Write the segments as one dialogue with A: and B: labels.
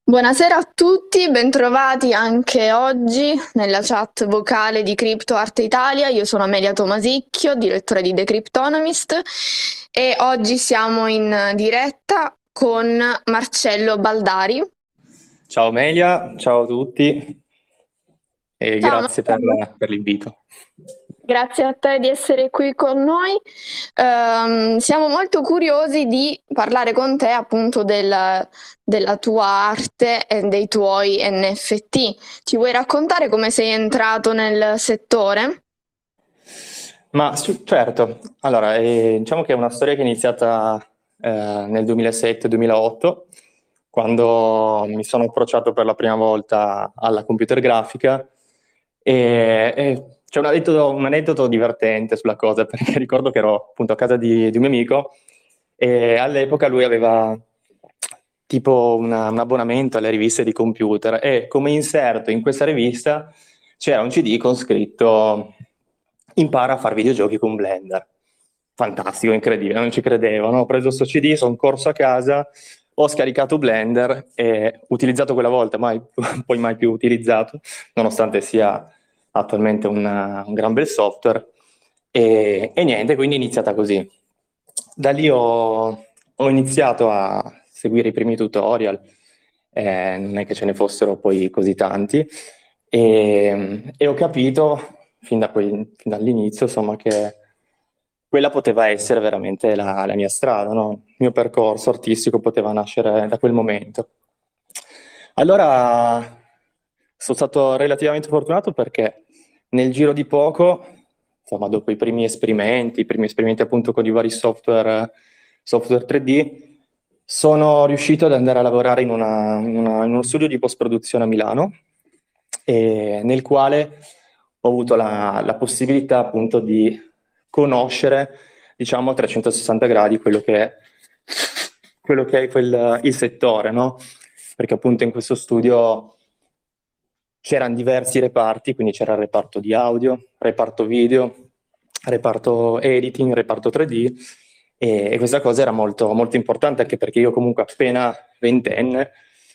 A: Buonasera a tutti, bentrovati anche oggi nella chat vocale di Crypto Arte Italia. Io sono Amelia Tomasicchio, direttore di The Cryptonomist, e oggi siamo in diretta con Marcello Baldari.
B: Ciao Melia, ciao a tutti e
A: Ciao
B: grazie
A: Marcello.
B: per l'invito.
A: Grazie a te di essere qui con noi. Siamo molto curiosi di parlare con te appunto della tua arte e dei tuoi NFT. Ci vuoi raccontare come sei entrato nel settore?
B: Certo, allora, diciamo che è una storia che è iniziata nel 2007-2008, quando mi sono approcciato per la prima volta alla computer grafica e c'è un aneddoto divertente sulla cosa, perché ricordo che ero appunto a casa di un mio amico e all'epoca lui aveva tipo un abbonamento alle riviste di computer e come inserto in questa rivista c'era un CD con scritto impara a fare videogiochi con Blender. Fantastico, incredibile, non ci credevo, no? Ho preso questo CD, sono corso a casa, ho scaricato Blender e utilizzato quella volta, poi mai più utilizzato, nonostante sia attualmente un gran bel software. E niente, quindi è iniziata così. Da lì ho iniziato a seguire i primi tutorial, non è che ce ne fossero poi così tanti, e ho capito fin dall'inizio, insomma, che quella poteva essere veramente la mia strada, no? Il mio percorso artistico poteva nascere da quel momento. Allora, sono stato relativamente fortunato perché nel giro di poco, insomma, dopo i primi esperimenti appunto con i vari software 3D, sono riuscito ad andare a lavorare in uno studio di post-produzione a Milano, nel quale ho avuto la possibilità appunto di conoscere, diciamo, a 360 gradi quello che è il settore, no? Perché appunto in questo studio c'erano diversi reparti, quindi c'era il reparto di audio, reparto video, reparto editing, reparto 3D e questa cosa era molto, molto importante anche perché io comunque appena ventenne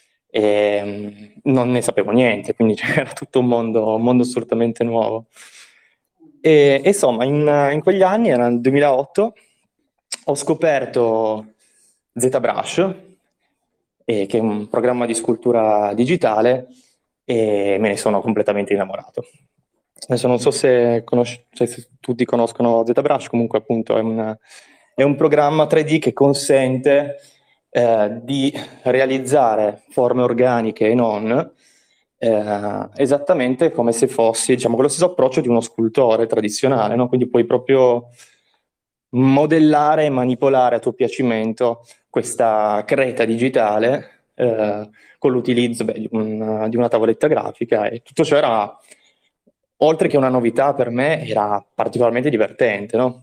B: non ne sapevo niente, quindi c'era tutto un mondo assolutamente nuovo. E insomma, in quegli anni, era nel 2008, ho scoperto ZBrush, che è un programma di scrittura digitale, e me ne sono completamente innamorato. Adesso non so se tutti conoscono ZBrush, comunque appunto è un programma 3D che consente di realizzare forme organiche e non, esattamente come se fossi, diciamo, con lo stesso approccio di uno scultore tradizionale, no? Quindi puoi proprio modellare e manipolare a tuo piacimento questa creta digitale con l'utilizzo di una tavoletta grafica e tutto ciò era, oltre che una novità per me, era particolarmente divertente, no?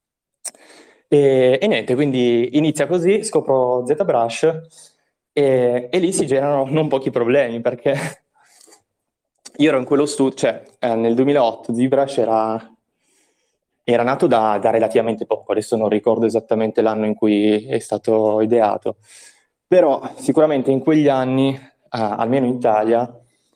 B: E niente, quindi inizia così, scopro ZBrush e lì si generano non pochi problemi perché io ero in quello studio, cioè nel 2008 ZBrush era nato da relativamente poco, adesso non ricordo esattamente l'anno in cui è stato ideato, però sicuramente in quegli anni, almeno in Italia,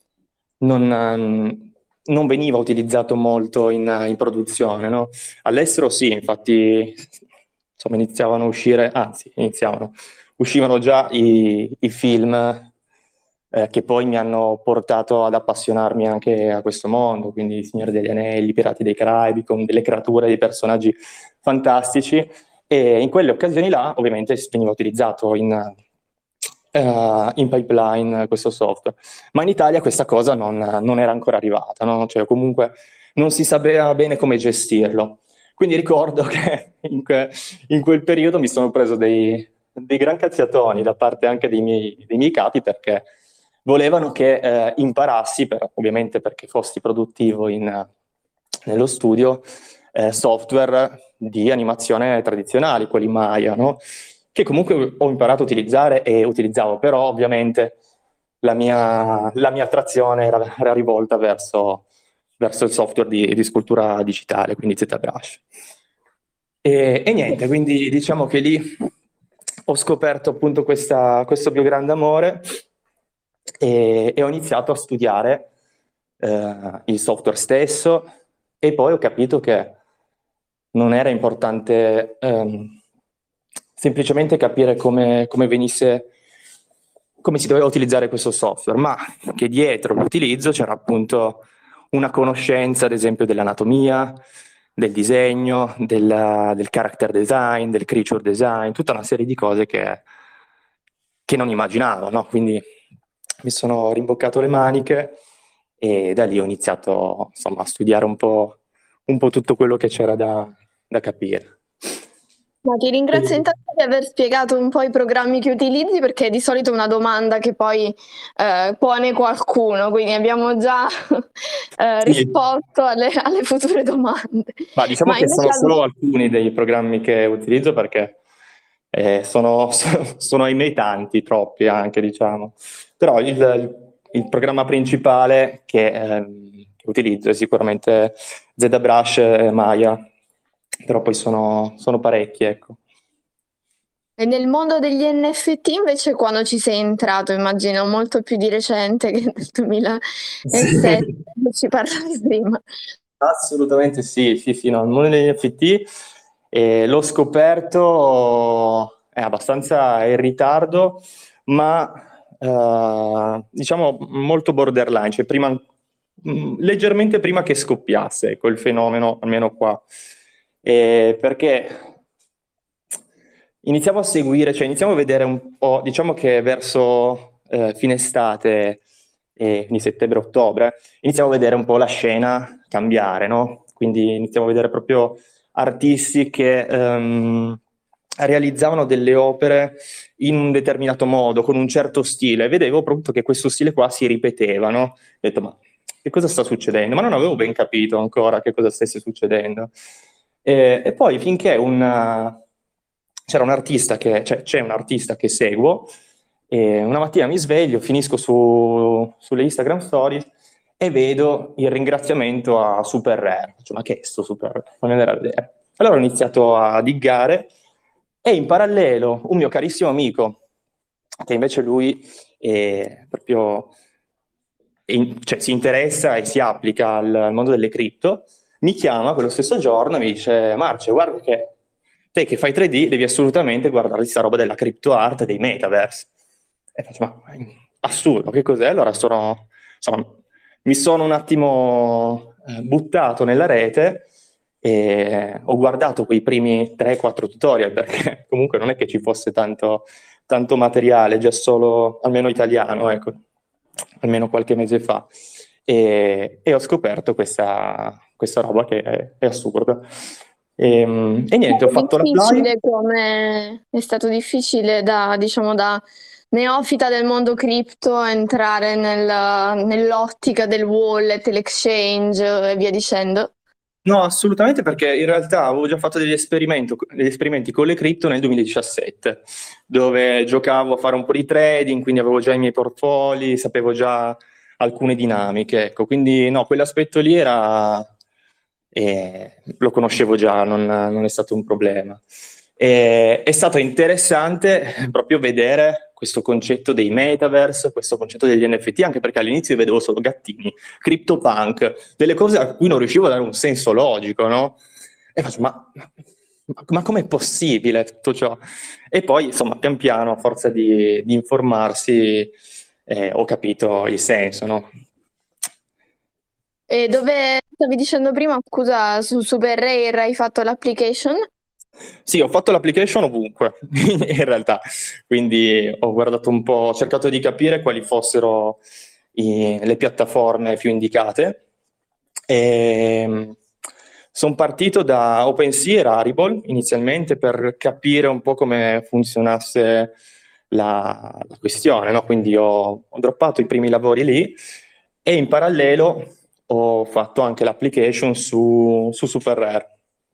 B: non veniva utilizzato molto in produzione, no? All'estero sì, infatti insomma iniziavano a uscire, anzi uscivano già i film che poi mi hanno portato ad appassionarmi anche a questo mondo, quindi Il Signore degli Anelli, Pirati dei Caraibi, con delle creature, dei personaggi fantastici, e in quelle occasioni là ovviamente veniva utilizzato in pipeline questo software, ma in Italia questa cosa non era ancora arrivata, no? Cioè comunque non si sapeva bene come gestirlo. Quindi ricordo che in quel periodo mi sono preso dei gran cazziatoni da parte anche dei miei capi perché volevano che imparassi, ovviamente perché fossi produttivo nello studio, software di animazione tradizionali, quelli Maya, no? Che comunque ho imparato a utilizzare e utilizzavo, però ovviamente la mia attrazione era rivolta verso il software di scrittura digitale, quindi ZBrush. E niente, quindi diciamo che lì ho scoperto appunto questo mio grande amore e ho iniziato a studiare il software stesso e poi ho capito che non era importante semplicemente capire come si doveva utilizzare questo software, ma che dietro l'utilizzo c'era appunto una conoscenza, ad esempio, dell'anatomia, del disegno, del character design, del creature design, tutta una serie di cose che non immaginavo, no? Quindi mi sono rimboccato le maniche e da lì ho iniziato, insomma, a studiare un po' tutto quello che c'era da capire.
A: Ma ti ringrazio intanto di aver spiegato un po' i programmi che utilizzi, perché di solito è una domanda che poi pone qualcuno, quindi abbiamo già risposto alle future domande.
B: Ma diciamo
A: Ma
B: che
A: invece
B: sono solo alcuni dei programmi che utilizzo perché sono ahimè tanti, troppi anche, diciamo. Però il programma principale che utilizzo è sicuramente ZBrush e Maya, però poi sono parecchi, ecco.
A: E nel mondo degli NFT invece quando ci sei entrato, immagino molto più di recente che nel 2007, ci parlavi prima.
B: Assolutamente sì, no, il mondo degli NFT l'ho scoperto abbastanza in ritardo, ma diciamo molto borderline, cioè leggermente prima che scoppiasse quel fenomeno, almeno qua. Perché iniziamo a vedere un po', diciamo che verso fine estate, quindi settembre-ottobre, iniziamo a vedere un po' la scena cambiare, no? Quindi iniziamo a vedere proprio artisti che realizzavano delle opere in un determinato modo, con un certo stile. Vedevo proprio che questo stile qua si ripeteva, no? Ho detto, ma che cosa sta succedendo? Ma non avevo ben capito ancora che cosa stesse succedendo. E poi finché c'è un artista che seguo, e una mattina mi sveglio, finisco sulle Instagram Stories e vedo il ringraziamento a Super Rare. Faccio, ma che è sto Super Rare? Fammi andare a vedere. Allora ho iniziato a diggare e in parallelo un mio carissimo amico, che invece lui è proprio cioè, si interessa e si applica al mondo delle cripto, mi chiama quello stesso giorno e mi dice: Marce, guarda che te che fai 3D devi assolutamente guardare questa roba della crypto art, dei metaverse. E faccio, ma assurdo, che cos'è? Allora insomma, mi sono un attimo buttato nella rete e ho guardato quei primi 3-4 tutorial, perché comunque non è che ci fosse tanto materiale, già solo, almeno italiano, ecco, almeno qualche mese fa. E ho scoperto questa roba che è assurda. E niente, ho fatto l'apply.
A: È stato difficile diciamo, da neofita del mondo cripto entrare nell'ottica del wallet, l'exchange e via dicendo?
B: No, assolutamente, perché in realtà avevo già fatto degli esperimenti con le cripto nel 2017, dove giocavo a fare un po' di trading, quindi avevo già i miei portfoli, sapevo già alcune dinamiche, ecco. Quindi no, quell'aspetto lì lo conoscevo già, non è stato un problema. È stato interessante proprio vedere questo concetto dei metaverse, questo concetto degli NFT, anche perché all'inizio vedevo solo gattini, CryptoPunk, delle cose a cui non riuscivo a dare un senso logico, no? E faccio, ma com'è possibile tutto ciò? E poi, insomma, pian piano, a forza di informarsi, ho capito il senso, no?
A: E dove stavi dicendo prima, scusa, su Super Rare hai fatto l'application?
B: Sì, ho fatto l'application ovunque, in realtà. Quindi ho guardato un po', ho cercato di capire quali fossero le piattaforme più indicate. Sono partito da OpenSea e Rarible inizialmente per capire un po' come funzionasse la questione, no? Quindi ho droppato i primi lavori lì e in parallelo ho fatto anche l'application su Super Rare.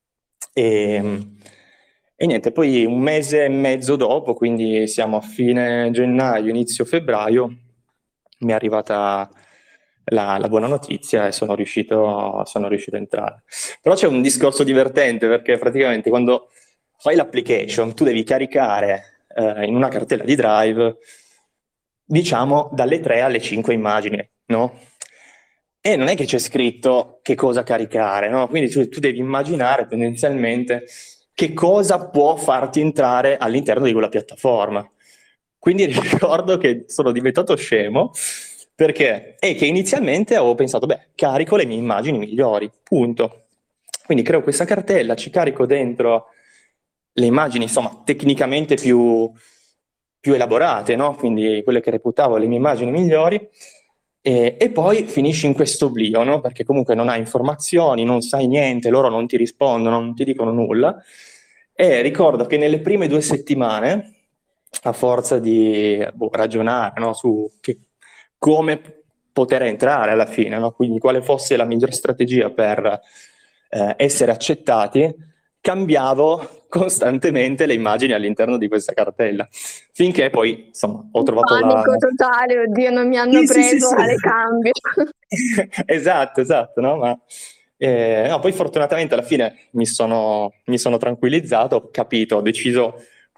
B: E niente, poi un mese e mezzo dopo, quindi siamo a fine gennaio, inizio febbraio, mi è arrivata la buona notizia e sono riuscito a entrare. Però c'è un discorso divertente perché praticamente quando fai l'application tu devi caricare in una cartella di Drive diciamo dalle 3 alle 5 immagini, no? E non è che c'è scritto che cosa caricare, no? Quindi tu devi immaginare tendenzialmente che cosa può farti entrare all'interno di quella piattaforma. Quindi ricordo che sono diventato scemo perché è che inizialmente avevo pensato, beh, carico le mie immagini migliori, punto. Quindi creo questa cartella, ci carico dentro le immagini, insomma, tecnicamente più elaborate, no? Quindi quelle che reputavo le mie immagini migliori, e poi finisci in questo oblio, no? Perché comunque non hai informazioni, non sai niente, loro non ti rispondono, non ti dicono nulla. E ricordo che nelle prime 2 settimane, a forza di ragionare, no? Su come poter entrare alla fine, no? Quindi quale fosse la migliore strategia per essere accettati, cambiavo costantemente le immagini all'interno di questa cartella, finché poi, insomma, ho trovato la...
A: Panico totale, oddio, non mi hanno
B: Sì, sì, sì,
A: preso,
B: sì.
A: le cambio.
B: Esatto, no? Ma, no, poi fortunatamente alla fine mi sono tranquillizzato, ho capito, ho deciso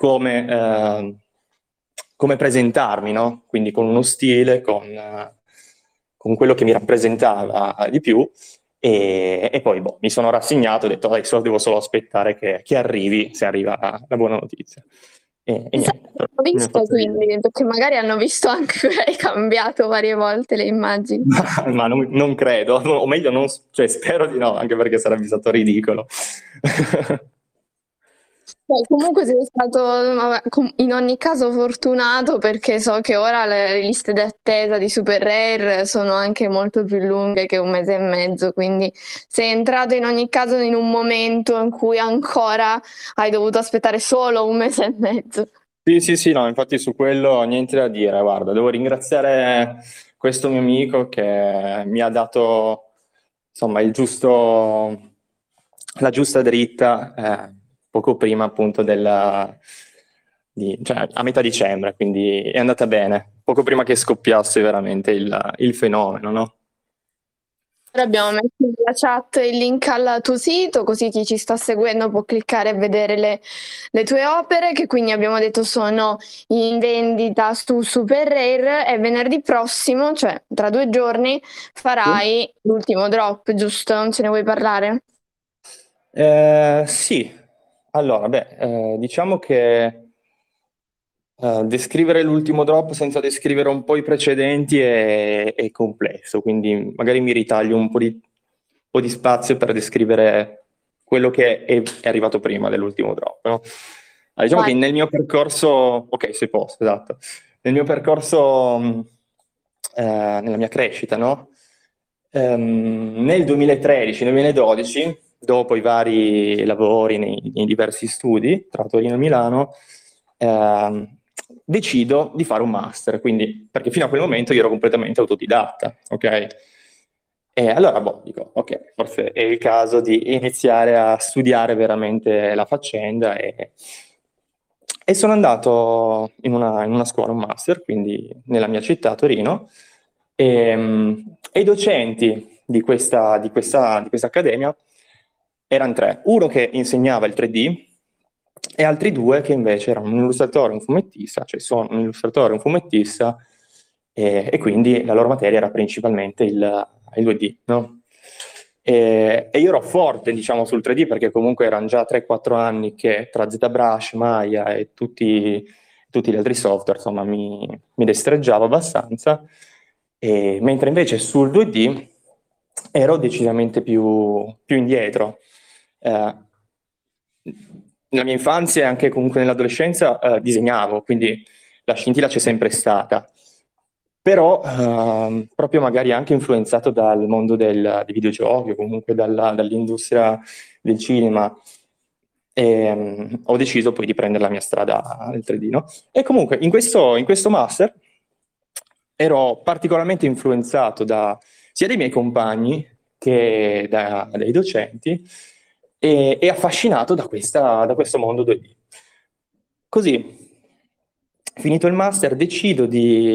B: come presentarmi, no? Quindi con uno stile, con quello che mi rappresentava di più, e poi mi sono rassegnato, ho detto adesso devo solo aspettare che arrivi, se arriva la buona notizia. E
A: Esatto,
B: niente,
A: ho
B: mi ha
A: visto
B: fatto ridere.
A: quindi, perché magari hanno visto anche che hai cambiato varie volte le immagini.
B: Ma non credo, o meglio, cioè, spero di no, anche perché sarebbe stato ridicolo.
A: Comunque sei stato vabbè, in ogni caso fortunato perché so che ora le liste d'attesa di Super Rare sono anche molto più lunghe che 1 mese e mezzo, quindi sei entrato in ogni caso in un momento in cui ancora hai dovuto aspettare solo 1 mese e mezzo.
B: Sì, no, infatti su quello niente da dire, guarda, devo ringraziare questo mio amico che mi ha dato, insomma, la giusta dritta poco prima appunto cioè a metà dicembre, quindi è andata bene, poco prima che scoppiasse veramente il fenomeno, no?
A: Ora abbiamo messo nella chat il link al tuo sito, così chi ci sta seguendo può cliccare e vedere le tue opere, che quindi abbiamo detto sono in vendita su Super Rare, e venerdì prossimo, cioè tra 2 giorni, farai l'ultimo drop, giusto? Non ce ne vuoi parlare?
B: Sì, allora, beh, diciamo che descrivere l'ultimo drop senza descrivere un po' i precedenti è complesso, quindi magari mi ritaglio un po' di spazio per descrivere quello che è arrivato prima dell'ultimo drop, no? Diciamo
A: Vai.
B: che nel mio percorso, ok, se posso, esatto, nel mio percorso, nella mia crescita, no? Nel 2013-2012, dopo i vari lavori nei diversi studi tra Torino e Milano, decido di fare un master, quindi, perché fino a quel momento io ero completamente autodidatta, ok? E allora, dico, ok, forse è il caso di iniziare a studiare veramente la faccenda, e sono andato in una scuola, un master, quindi nella mia città, Torino, e i docenti di questa accademia erano 3. Uno che insegnava il 3D e altri 2 che invece erano un illustratore e un fumettista, cioè sono un illustratore e un fumettista, e quindi la loro materia era principalmente il 2D, no? E io ero forte, diciamo, sul 3D perché comunque erano già 3-4 anni che tra ZBrush, Maya e tutti gli altri software, insomma, mi destreggiavo abbastanza, mentre invece sul 2D ero decisamente più indietro. Nella mia infanzia e anche comunque nell'adolescenza disegnavo, quindi la scintilla c'è sempre stata, però proprio magari anche influenzato dal mondo dei videogiochi o comunque dall'industria del cinema, ho deciso poi di prendere la mia strada nel 3D, no? E comunque in questo master ero particolarmente influenzato sia dai miei compagni che dai docenti, e affascinato da questo mondo 2D. Così, finito il master, decido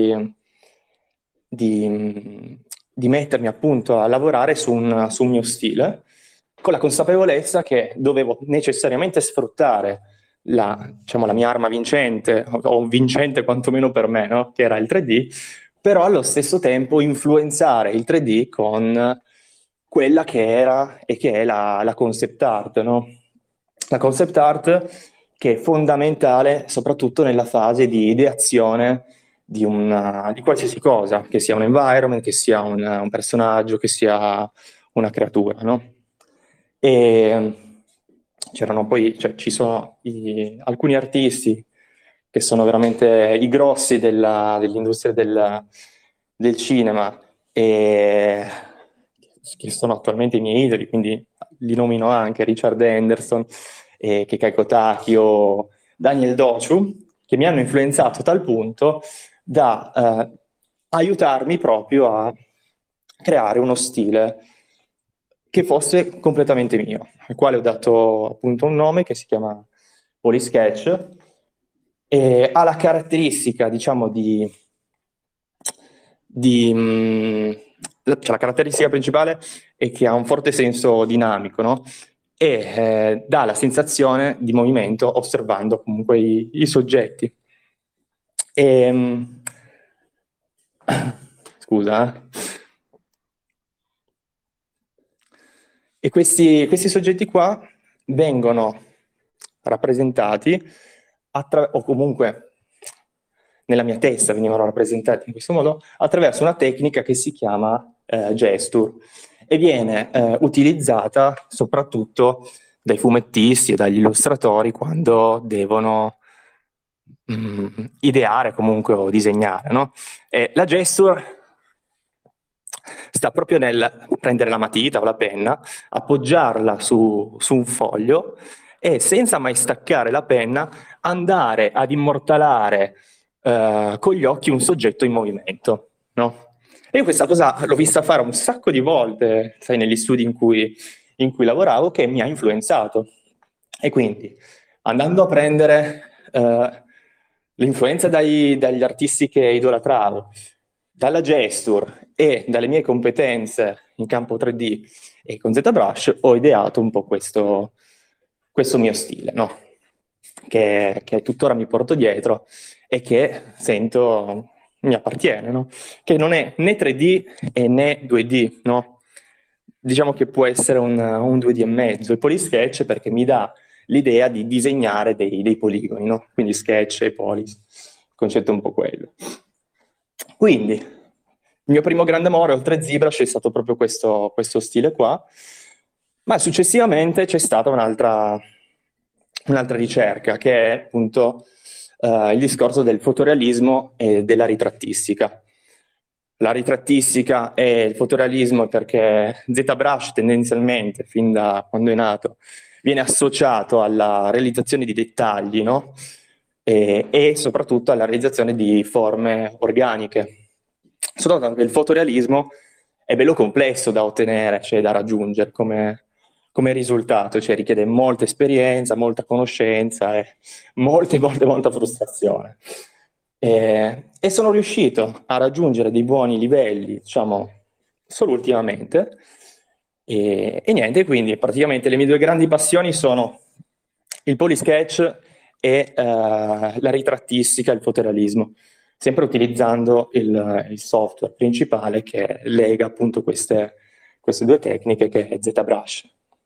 B: di mettermi appunto a lavorare su un mio stile, con la consapevolezza che dovevo necessariamente sfruttare diciamo, la mia arma vincente, o vincente quantomeno per me, no? Che era il 3D, però allo stesso tempo influenzare il 3D con quella che era e che è la concept art, no? La concept art che è fondamentale soprattutto nella fase di ideazione di qualsiasi cosa, che sia un environment, che sia un personaggio, che sia una creatura, no? E c'erano poi, cioè, ci sono alcuni artisti che sono veramente i grossi dell'industria del cinema e che sono attualmente i miei idoli, quindi li nomino anche Richard Henderson, Kekai Kotaki o Daniel Dochu, che mi hanno influenzato a tal punto da aiutarmi proprio a creare uno stile che fosse completamente mio, al quale ho dato appunto un nome che si chiama Polysketch e ha la caratteristica, diciamo, cioè la caratteristica principale è che ha un forte senso dinamico, no? E dà la sensazione di movimento osservando comunque i soggetti. E, scusa, E questi soggetti qua vengono rappresentati, o comunque nella mia testa venivano rappresentati in questo modo, attraverso una tecnica che si chiama gesture e viene utilizzata soprattutto dai fumettisti e dagli illustratori quando devono ideare comunque o disegnare, no? La gesture sta proprio nel prendere la matita o la penna, appoggiarla su un foglio e senza mai staccare la penna andare ad immortalare con gli occhi un soggetto in movimento, no? E io questa cosa l'ho vista fare un sacco di volte, sai, negli studi in cui lavoravo, che mi ha influenzato. E quindi, andando a prendere l'influenza dagli artisti che idolatravo, dalla gesture e dalle mie competenze in campo 3D e con ZBrush, ho ideato un po' questo mio stile, no? Che tuttora mi porto dietro e che sento mi appartiene, no? Che non è né 3D e né 2D, no? Diciamo che può essere un 2D e mezzo. Il Polysketch perché mi dà l'idea di disegnare dei poligoni, no? Quindi sketch e polis, il concetto è un po' quello. Quindi, il mio primo grande amore, oltre a ZBrush, è stato proprio questo stile qua, ma successivamente c'è stata un'altra ricerca, che è appunto il discorso del fotorealismo e della ritrattistica. La ritrattistica e il fotorealismo perché ZBrush tendenzialmente, fin da quando è nato, viene associato alla realizzazione di dettagli, no? E soprattutto alla realizzazione di forme organiche. Soltanto che il fotorealismo è bello complesso da ottenere, cioè da raggiungere come risultato, cioè richiede molta esperienza, molta conoscenza e molta frustrazione. E sono riuscito a raggiungere dei buoni livelli, diciamo, solo ultimamente. E niente, quindi praticamente le mie due grandi passioni sono il Polysketch e la ritrattistica, il fotorealismo, sempre utilizzando il software principale che lega appunto queste due tecniche, che è ZBrush.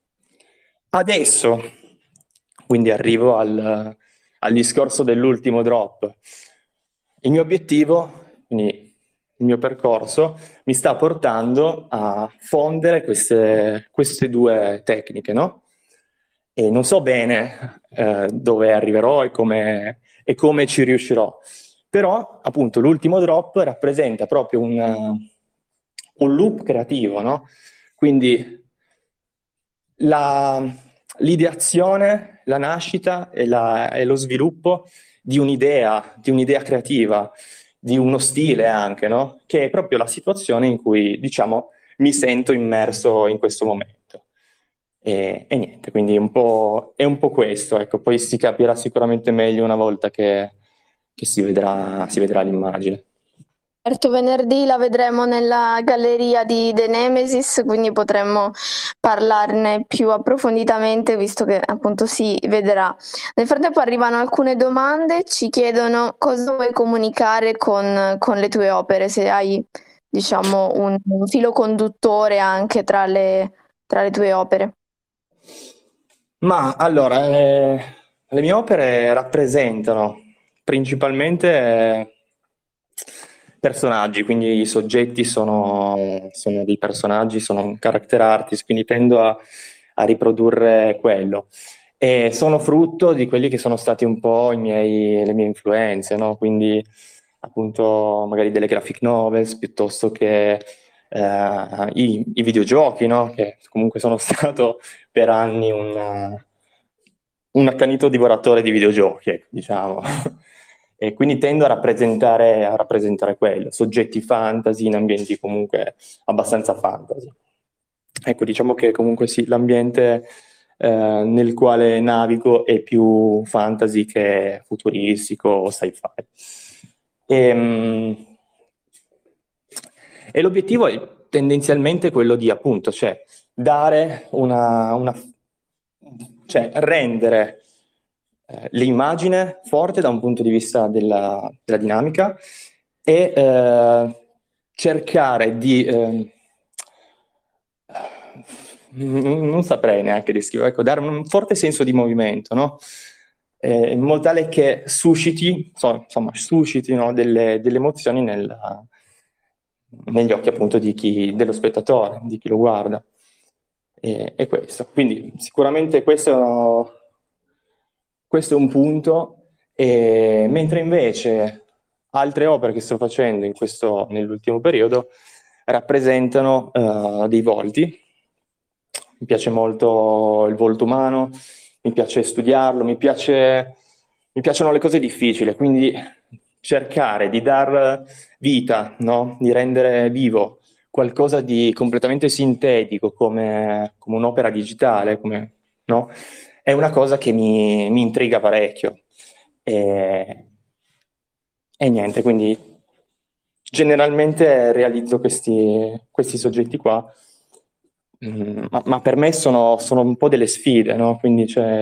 B: Adesso, quindi arrivo al discorso dell'ultimo drop. Il mio obiettivo, quindi il mio percorso, mi sta portando a fondere queste due tecniche, no? E non so bene dove arriverò e come ci riuscirò. Però, appunto, l'ultimo drop rappresenta proprio un loop creativo, no? Quindi l'ideazione, la nascita e lo sviluppo di un'idea creativa, di uno stile anche, no? Che è proprio la situazione in cui, diciamo, mi sento immerso in questo momento. E niente, quindi è un po' questo, ecco, poi si capirà sicuramente meglio una volta che si vedrà l'immagine.
A: Certo, venerdì la vedremo nella galleria di The Nemesis, quindi potremmo parlarne più approfonditamente, visto che appunto si vedrà. Nel frattempo arrivano alcune domande, ci chiedono cosa vuoi comunicare con le tue opere, se hai, diciamo, un filo conduttore anche tra le tue opere.
B: Ma allora, le mie opere rappresentano principalmente personaggi, quindi i soggetti sono dei personaggi, sono un character artist, quindi tendo a riprodurre quello. E sono frutto di quelli che sono stati un po' le mie influenze, no? Quindi appunto magari delle graphic novels piuttosto che i videogiochi, no? Che comunque sono stato per anni un accanito divoratore di videogiochi, ecco, diciamo. E quindi tendo a rappresentare quello, soggetti fantasy in ambienti comunque abbastanza fantasy. Ecco, diciamo che comunque sì, l'ambiente nel quale navigo è più fantasy che futuristico o sci-fi. E, e l'obiettivo è tendenzialmente quello di, appunto, cioè dare cioè rendere l'immagine forte da un punto di vista della dinamica e cercare di non saprei neanche descrivere, ecco, dare un forte senso di movimento, no? In modo tale che suscitino delle emozioni negli occhi appunto dello spettatore, di chi lo guarda. E questo. Quindi sicuramente questo è un punto, mentre invece altre opere che sto facendo nell'ultimo periodo rappresentano dei volti. Mi piace molto il volto umano, mi piace studiarlo, mi piacciono le cose difficili, quindi cercare di dar vita, no? Di rendere vivo qualcosa di completamente sintetico come un'opera digitale, no? È una cosa che mi intriga parecchio. E, e niente, quindi generalmente realizzo questi soggetti qua, ma per me sono un po' delle sfide, no? Quindi c'è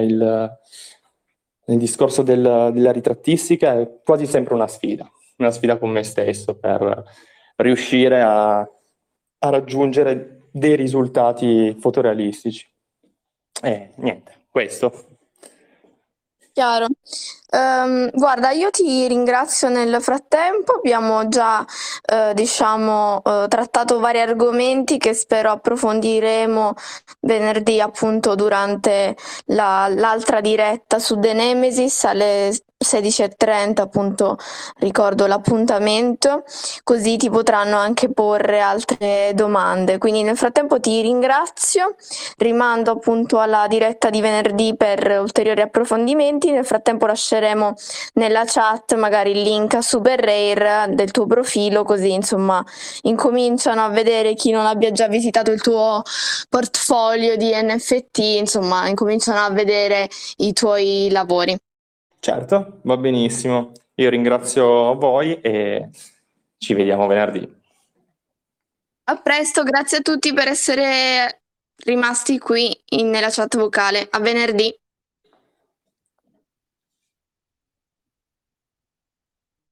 B: il discorso della ritrattistica è quasi sempre una sfida con me stesso per riuscire a raggiungere dei risultati fotorealistici. E niente, questo.
A: Chiaro. Guarda, io ti ringrazio nel frattempo, abbiamo già, diciamo, trattato vari argomenti che spero approfondiremo venerdì appunto durante l'altra diretta su The Nemesis alle 16:30, appunto ricordo l'appuntamento, così ti potranno anche porre altre domande. Quindi nel frattempo ti ringrazio. Rimando appunto alla diretta di venerdì per ulteriori approfondimenti. Nel frattempo lasceremo nella chat magari il link a Super Rare del tuo profilo, così insomma incominciano a vedere chi non abbia già visitato il tuo portfolio di NFT, insomma incominciano a vedere i tuoi lavori.
B: Certo, va benissimo. Io ringrazio voi e ci vediamo venerdì.
A: A presto, grazie a tutti per essere rimasti qui nella chat vocale. A venerdì.